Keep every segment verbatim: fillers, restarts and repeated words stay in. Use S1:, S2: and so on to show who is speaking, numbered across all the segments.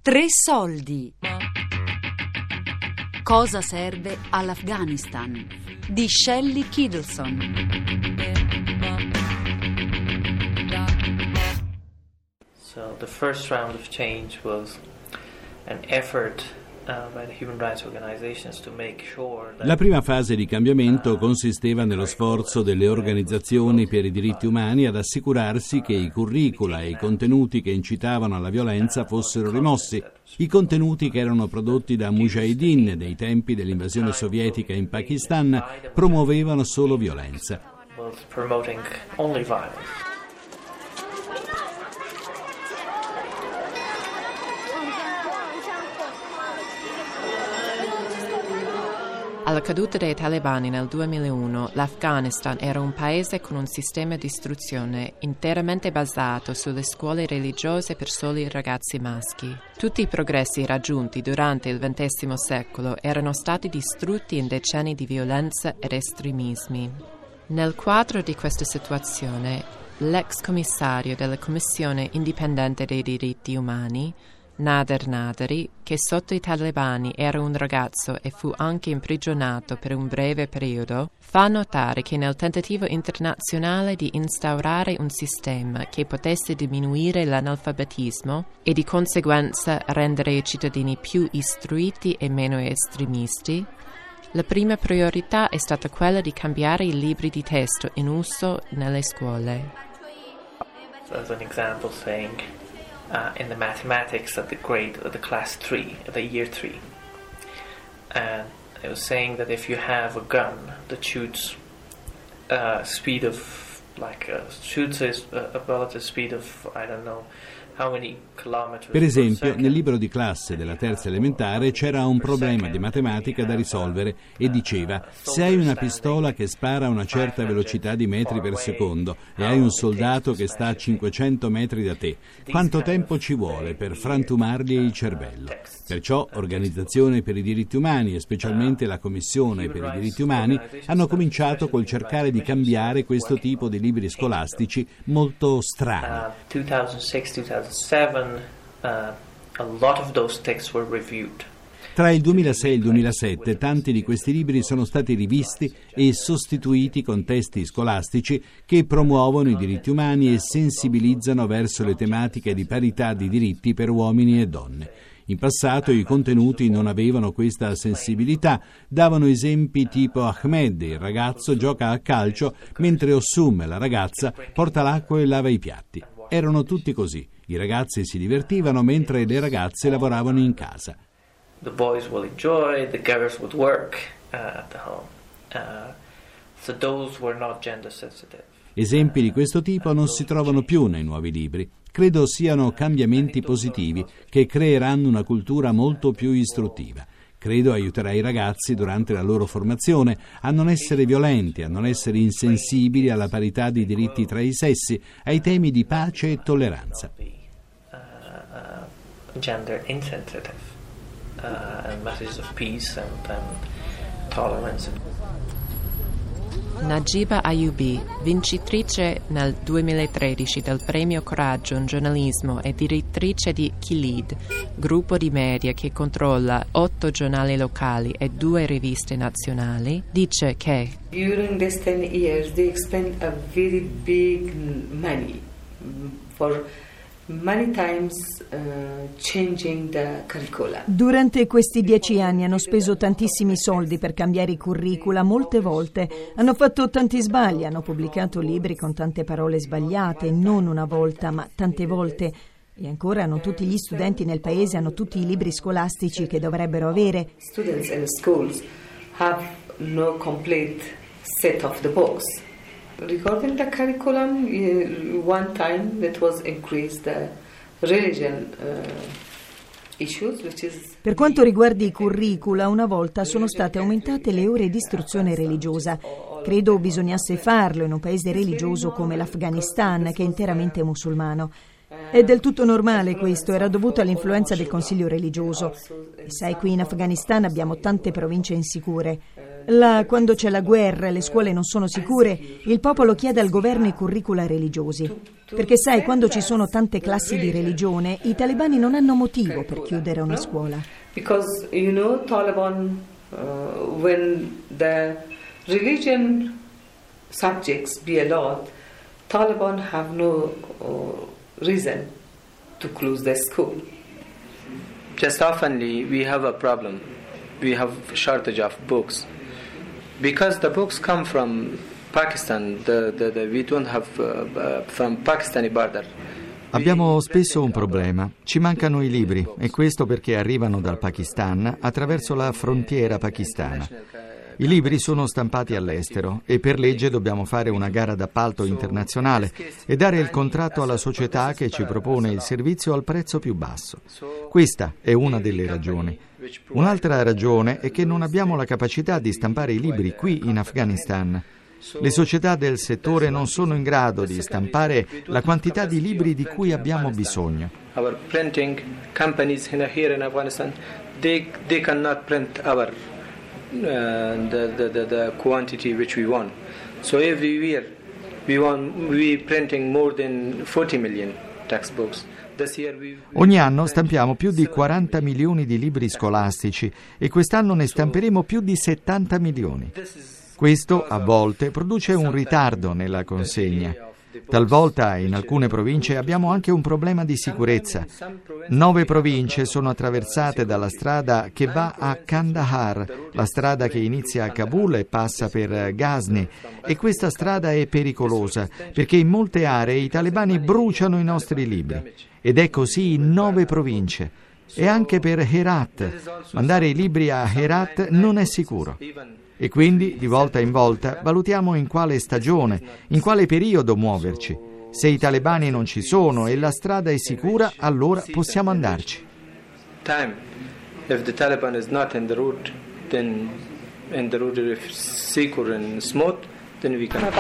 S1: Tre soldi. Cosa serve all'Afghanistan? Di Shelley Kittleson.
S2: So the first round of change was an effort
S3: La prima fase di cambiamento consisteva nello sforzo delle organizzazioni per i diritti umani ad assicurarsi che i curricula e i contenuti che incitavano alla violenza fossero rimossi. I contenuti che erano prodotti da Mujahideen dei tempi dell'invasione sovietica in Pakistan promuovevano solo violenza.
S4: Alla caduta dei talebani nel duemilauno, l'Afghanistan era un paese con un sistema di istruzione interamente basato sulle scuole religiose per soli ragazzi maschi. Tutti i progressi raggiunti durante il ventesimo secolo erano stati distrutti in decenni di violenza ed estremismi. Nel quadro di questa situazione, l'ex commissario della Commissione Indipendente dei Diritti Umani, Nader Naderi, che sotto i talebani era un ragazzo e fu anche imprigionato per un breve periodo, fa notare che nel tentativo internazionale di instaurare un sistema che potesse diminuire l'analfabetismo e di conseguenza rendere i cittadini più istruiti e meno estremisti, la prima priorità è stata quella di cambiare i libri di testo in uso nelle scuole.
S2: So as an example saying Uh, in the mathematics at the grade, at the class three, at the year three. And it was saying that if you have a gun that shoots uh, speed of, like, uh, shoots is, uh, about the speed of, I don't know, how many kilometers.
S3: Per esempio, nel libro di classe della terza elementare c'era un problema di matematica da risolvere e diceva: se hai una pistola che spara a una certa velocità di metri per secondo e hai un soldato che sta a cinquecento metri da te, quanto tempo ci vuole per frantumargli il cervello? Perciò organizzazioni per i diritti umani e specialmente la Commissione per i diritti umani hanno cominciato col cercare di cambiare questo tipo di libri scolastici molto strani.
S2: duemilasei, uh, a lot of those texts were reviewed.
S3: Tra il duemilasei e il duemilasette tanti di questi libri sono stati rivisti e sostituiti con testi scolastici che promuovono i diritti umani e sensibilizzano verso le tematiche di parità di diritti per uomini e donne. In passato i contenuti non avevano questa sensibilità, davano esempi tipo Ahmed, il ragazzo, gioca a calcio, mentre Ossum, la ragazza, porta l'acqua e lava i piatti. Erano tutti così. I ragazzi si divertivano mentre le ragazze lavoravano in casa.
S2: The boys will enjoy, the girls would work uh, at the home. Uh, so those were not gender sensitive.
S3: Esempi di questo tipo non si trovano più nei nuovi libri. Credo siano cambiamenti positivi che creeranno una cultura molto più istruttiva. Credo aiuterà i ragazzi durante la loro formazione a non essere violenti, a non essere insensibili alla parità di diritti tra i sessi, ai temi di pace e tolleranza.
S2: Uh, uh, gender insensitive uh, and messages of peace and, and tolerance.
S4: Nagiba Ayubi, vincitrice nel duemilatredici del premio Coraggio in giornalismo e direttrice di Kilid, gruppo di media che controlla otto giornali locali e due riviste nazionali, dice che
S5: During these ten years they spent a very big money for many times uh, changing the curricula.
S6: Durante questi dieci anni hanno speso tantissimi soldi per cambiare i curricula molte volte. Hanno fatto tanti sbagli, hanno pubblicato libri con tante parole sbagliate, non una volta, ma tante volte. E ancora non tutti gli studenti nel paese hanno tutti i libri scolastici che dovrebbero avere.
S5: Students in schools have no complete set of the books. Regarding the curriculum, one time that was increased the religion uh, issues, which is.
S6: Per quanto riguarda i curricula, una volta sono state aumentate le ore di istruzione religiosa. Credo bisognasse farlo in un paese religioso come l'Afghanistan, che è interamente musulmano. È del tutto normale questo, era dovuto all'influenza del consiglio religioso. E sai, qui in Afghanistan abbiamo tante province insicure. Là, quando c'è la guerra e le scuole non sono sicure, il popolo chiede al governo i curricula religiosi. Perché sai, quando ci sono tante classi di religione, i talebani non hanno motivo per chiudere una scuola.
S5: Because, you know, Taliban, uh, when the religion subjects be allowed, Taliban have no uh, reason to close the school.
S7: Just oftenly we have a problem. We have shortage of books. Because the books come from Pakistan, the, the, the, we don't have uh, uh, from Pakistani border.
S8: Abbiamo spesso un problema, ci mancano i libri e questo perché arrivano dal Pakistan attraverso la frontiera pakistana. I libri sono stampati all'estero e per legge dobbiamo fare una gara d'appalto internazionale e dare il contratto alla società che ci propone il servizio al prezzo più basso. Questa è una delle ragioni. Un'altra ragione è che non abbiamo la capacità di stampare i libri qui in Afghanistan. Le società del settore non sono in grado di stampare la quantità di libri di cui abbiamo bisogno.
S7: Our printing companies here in Afghanistan, they they cannot print our uh, the, the the the quantity which we want. So every year we want we printing more than forty million textbooks.
S8: Ogni anno stampiamo più di quaranta milioni di libri scolastici e quest'anno ne stamperemo più di settanta milioni. Questo a volte produce un ritardo nella consegna. Talvolta in alcune province abbiamo anche un problema di sicurezza. Nove province sono attraversate dalla strada che va a Kandahar, la strada che inizia a Kabul e passa per Ghazni, e questa strada è pericolosa perché in molte aree i talebani bruciano i nostri libri. Ed è così in nove province. E anche per Herat. Mandare i libri a Herat non è sicuro. E quindi, di volta in volta, valutiamo in quale stagione, in quale periodo muoverci. Se i talebani non ci sono e la strada è sicura, allora possiamo andarci.
S7: Time. If the Taliban is not in the route, then and the route is secure and smooth, then we can.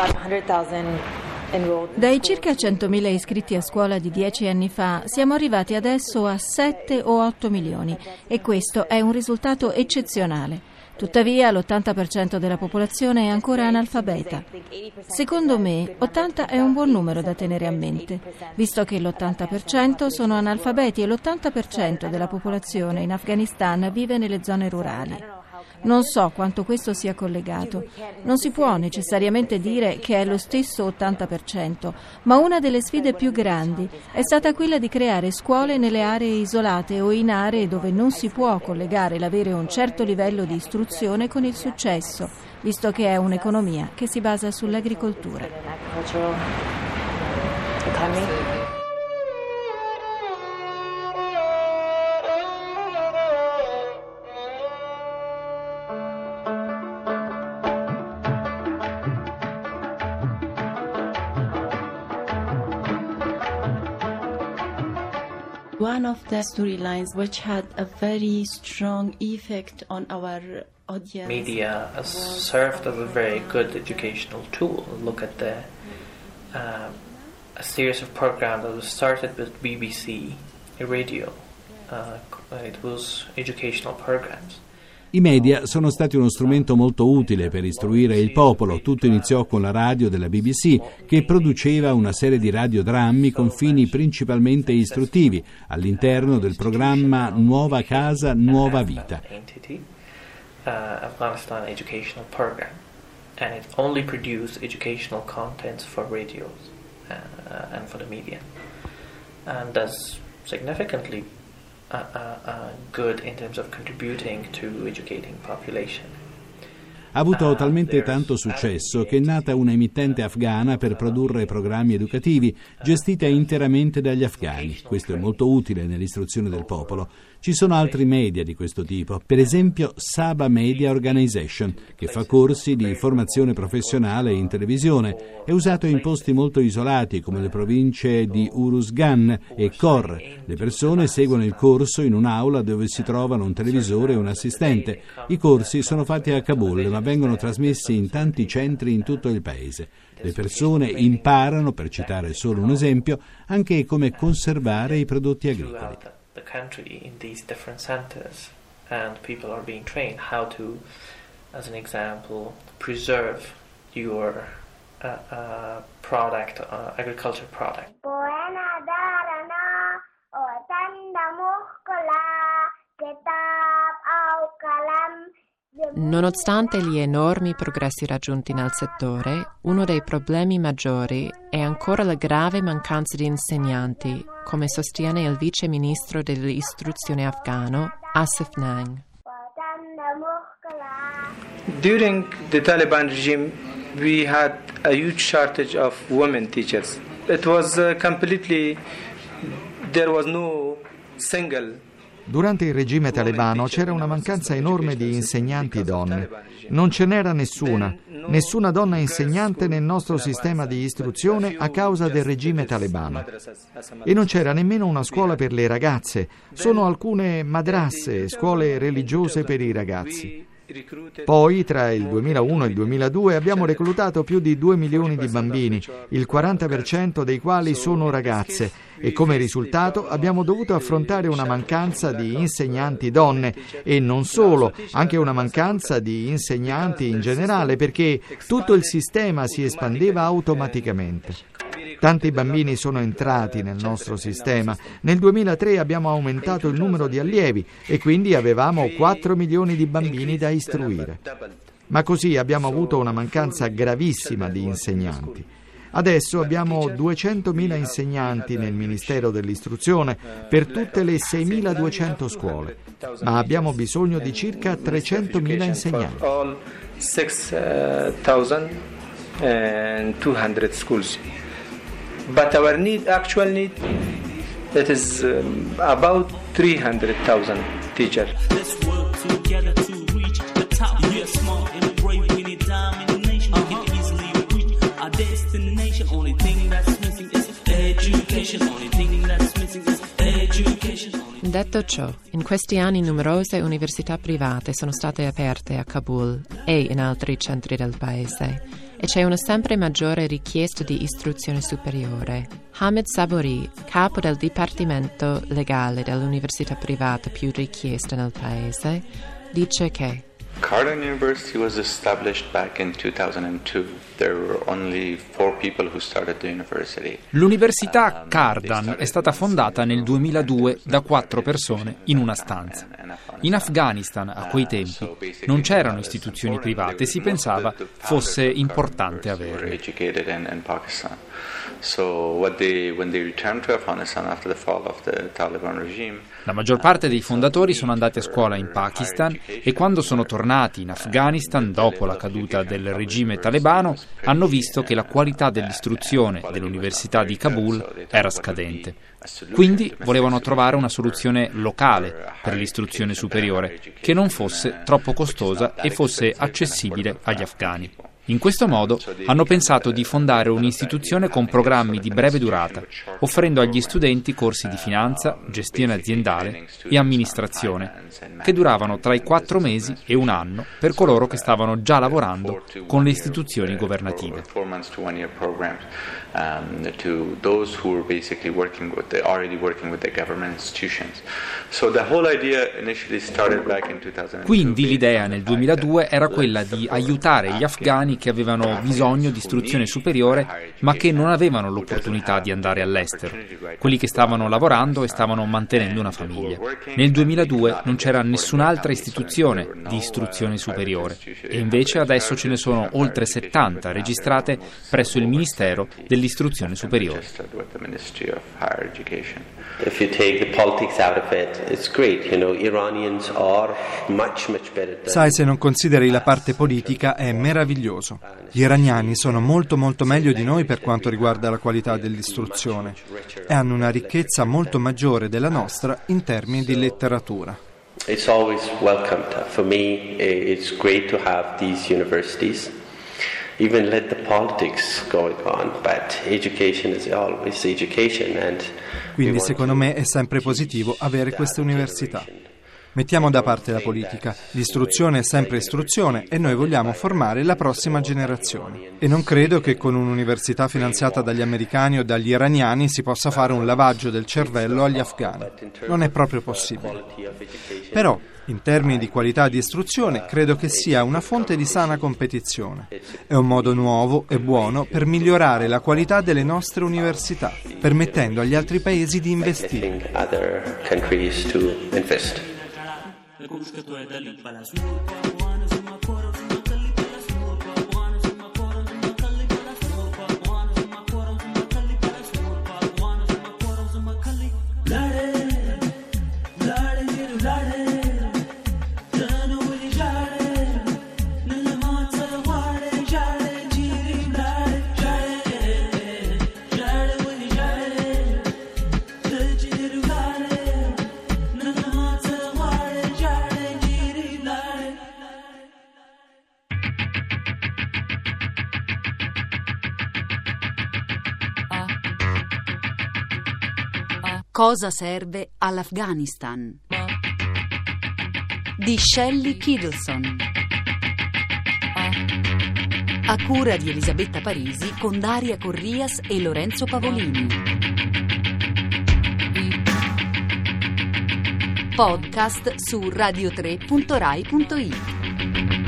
S9: Dai circa centomila iscritti a scuola di dieci anni fa siamo arrivati adesso a sette o otto milioni e questo è un risultato eccezionale. Tuttavia l'ottanta per cento della popolazione è ancora analfabeta. Secondo me ottanta è un buon numero da tenere a mente, visto che l'ottanta per cento sono analfabeti e l'ottanta per cento della popolazione in Afghanistan vive nelle zone rurali. Non so quanto questo sia collegato. Non si può necessariamente dire che è lo stesso ottanta per cento, ma una delle sfide più grandi è stata quella di creare scuole nelle aree isolate o in aree dove non si può collegare l'avere un certo livello di istruzione con il successo, visto che è un'economia che si basa sull'agricoltura.
S10: One of the storylines which had a very strong effect on our audience.
S2: Media has served as a very good educational tool. Look at the uh, a series of programs that was started with B B C radio. Uh, it was educational programs.
S3: I media sono stati uno strumento molto utile per istruire il popolo. Tutto iniziò con la radio della B B C, che produceva una serie di radiodrammi con fini principalmente istruttivi all'interno del programma Nuova Casa, Nuova Vita.
S2: Uh, Afghanistan educational program, and it only produced educational contents for radios uh, and for the media, and that's significantly Uh, uh, uh, good in terms of contributing to educating population.
S3: Ha avuto talmente tanto successo che è nata una emittente afghana per produrre programmi educativi gestita interamente dagli afghani. Questo è molto utile nell'istruzione del popolo. Ci sono altri media di questo tipo, per esempio Saba Media Organization, che fa corsi di formazione professionale in televisione. È usato in posti molto isolati come le province di Uruzgan e Kor. Le persone seguono il corso in un'aula dove si trovano un televisore e un assistente. I corsi sono fatti a Kabul, ma vengono trasmessi in tanti centri in tutto il paese. Le persone imparano, per citare solo un esempio, anche come conservare i prodotti agricoli.
S2: The country in these different centers, and people are being trained how to as an example, preserve your uh, uh, product, uh, agriculture product.
S4: Nonostante gli enormi progressi raggiunti nel settore, uno dei problemi maggiori è ancora la grave mancanza di insegnanti, come sostiene il vice ministro dell'istruzione afghano, Asif Nang.
S7: During the Taliban regime, we had a huge shortage of women teachers. It was uh, completely, there was no single.
S8: Durante il regime talebano c'era una mancanza enorme di insegnanti donne. Non ce n'era nessuna, nessuna donna insegnante nel nostro sistema di istruzione a causa del regime talebano. E non c'era nemmeno una scuola per le ragazze, sono alcune madrasse, scuole religiose per i ragazzi. Poi, tra il duemilauno e il duemiladue, abbiamo reclutato più di due milioni di bambini, il quaranta per cento dei quali sono ragazze, e come risultato abbiamo dovuto affrontare una mancanza di insegnanti donne, e non solo, anche una mancanza di insegnanti in generale, perché tutto il sistema si espandeva automaticamente. Tanti bambini sono entrati nel nostro sistema. Nel duemilatré abbiamo aumentato il numero di allievi e quindi avevamo quattro milioni di bambini da istruire. Ma così abbiamo avuto una mancanza gravissima di insegnanti. Adesso abbiamo duecentomila insegnanti nel Ministero dell'Istruzione per tutte le seimiladuecento scuole, ma abbiamo bisogno di circa trecentomila insegnanti.
S7: six thousand two hundred schools. But our need, actual need, that is um, about three hundred thousand teachers.
S11: Let's work together to reach the top. We are smart and brave, we need domination. We can easily reach our destination. Only thing that's missing is education. Only thing that's missing is education.
S4: Detto ciò, in questi anni numerose università private sono state aperte a Kabul e in altri centri del paese. E c'è una sempre maggiore richiesta di istruzione superiore. Hamid Sabori, capo del dipartimento legale dell'università privata più richiesta nel paese, dice che
S12: Cardan University was established back in two thousand two. There were only four people who started the university.
S13: L'università Cardan è stata fondata nel duemiladue da quattro persone in una stanza. In Afghanistan, a quei tempi, non c'erano istituzioni private, si pensava fosse importante averle.
S12: So what they, when they returned to Afghanistan after the fall of the Taliban regime,
S13: la maggior parte dei fondatori sono andati a scuola in Pakistan e quando sono tornati in Afghanistan dopo la caduta del regime talebano hanno visto che la qualità dell'istruzione dell'università di Kabul era scadente. Quindi volevano trovare una soluzione locale per l'istruzione superiore che non fosse troppo costosa e fosse accessibile agli afghani. In questo modo hanno pensato di fondare un'istituzione con programmi di breve durata, offrendo agli studenti corsi di finanza, gestione aziendale e amministrazione, che duravano tra i quattro mesi e un anno per coloro che stavano già lavorando con le istituzioni governative.
S12: Um, to those who were basically working with the already working with the government institutions. So the whole idea initially started back in two thousand two.
S13: Quindi l'idea nel duemiladue era quella di aiutare gli afghani che avevano bisogno di istruzione superiore ma che non avevano l'opportunità di andare all'estero, quelli che stavano lavorando e stavano mantenendo una famiglia. Nel duemiladue non c'era nessun'altra istituzione di istruzione superiore e invece adesso ce ne sono oltre settanta registrate presso il Ministero dell'Istruzione Superiore.
S14: If you take the politics out of it, it's great. You know, Iranians are much much better than...
S15: Sai, se non consideri la parte politica è meraviglioso. Gli iraniani sono molto molto meglio di noi per quanto riguarda la qualità dell'istruzione e hanno una ricchezza molto maggiore della nostra in termini di letteratura.
S14: It's always welcomed. For me, it's great to have these universities. Even let the politics going on, but education is always education and
S15: quindi secondo me è sempre positivo avere queste università. Mettiamo da parte la politica, l'istruzione è sempre istruzione e noi vogliamo formare la prossima generazione. E non credo che con un'università finanziata dagli americani o dagli iraniani si possa fare un lavaggio del cervello agli afghani. Non è proprio possibile. Però In termini di qualità di istruzione, credo che sia una fonte di sana competizione. È un modo nuovo e buono per migliorare la qualità delle nostre università, permettendo agli altri paesi di investire.
S1: Cosa serve all'Afghanistan? Di Shelley Kittleson. A cura di Elisabetta Parisi con Daria Corrias e Lorenzo Pavolini. Podcast su radio tre punto rai punto it.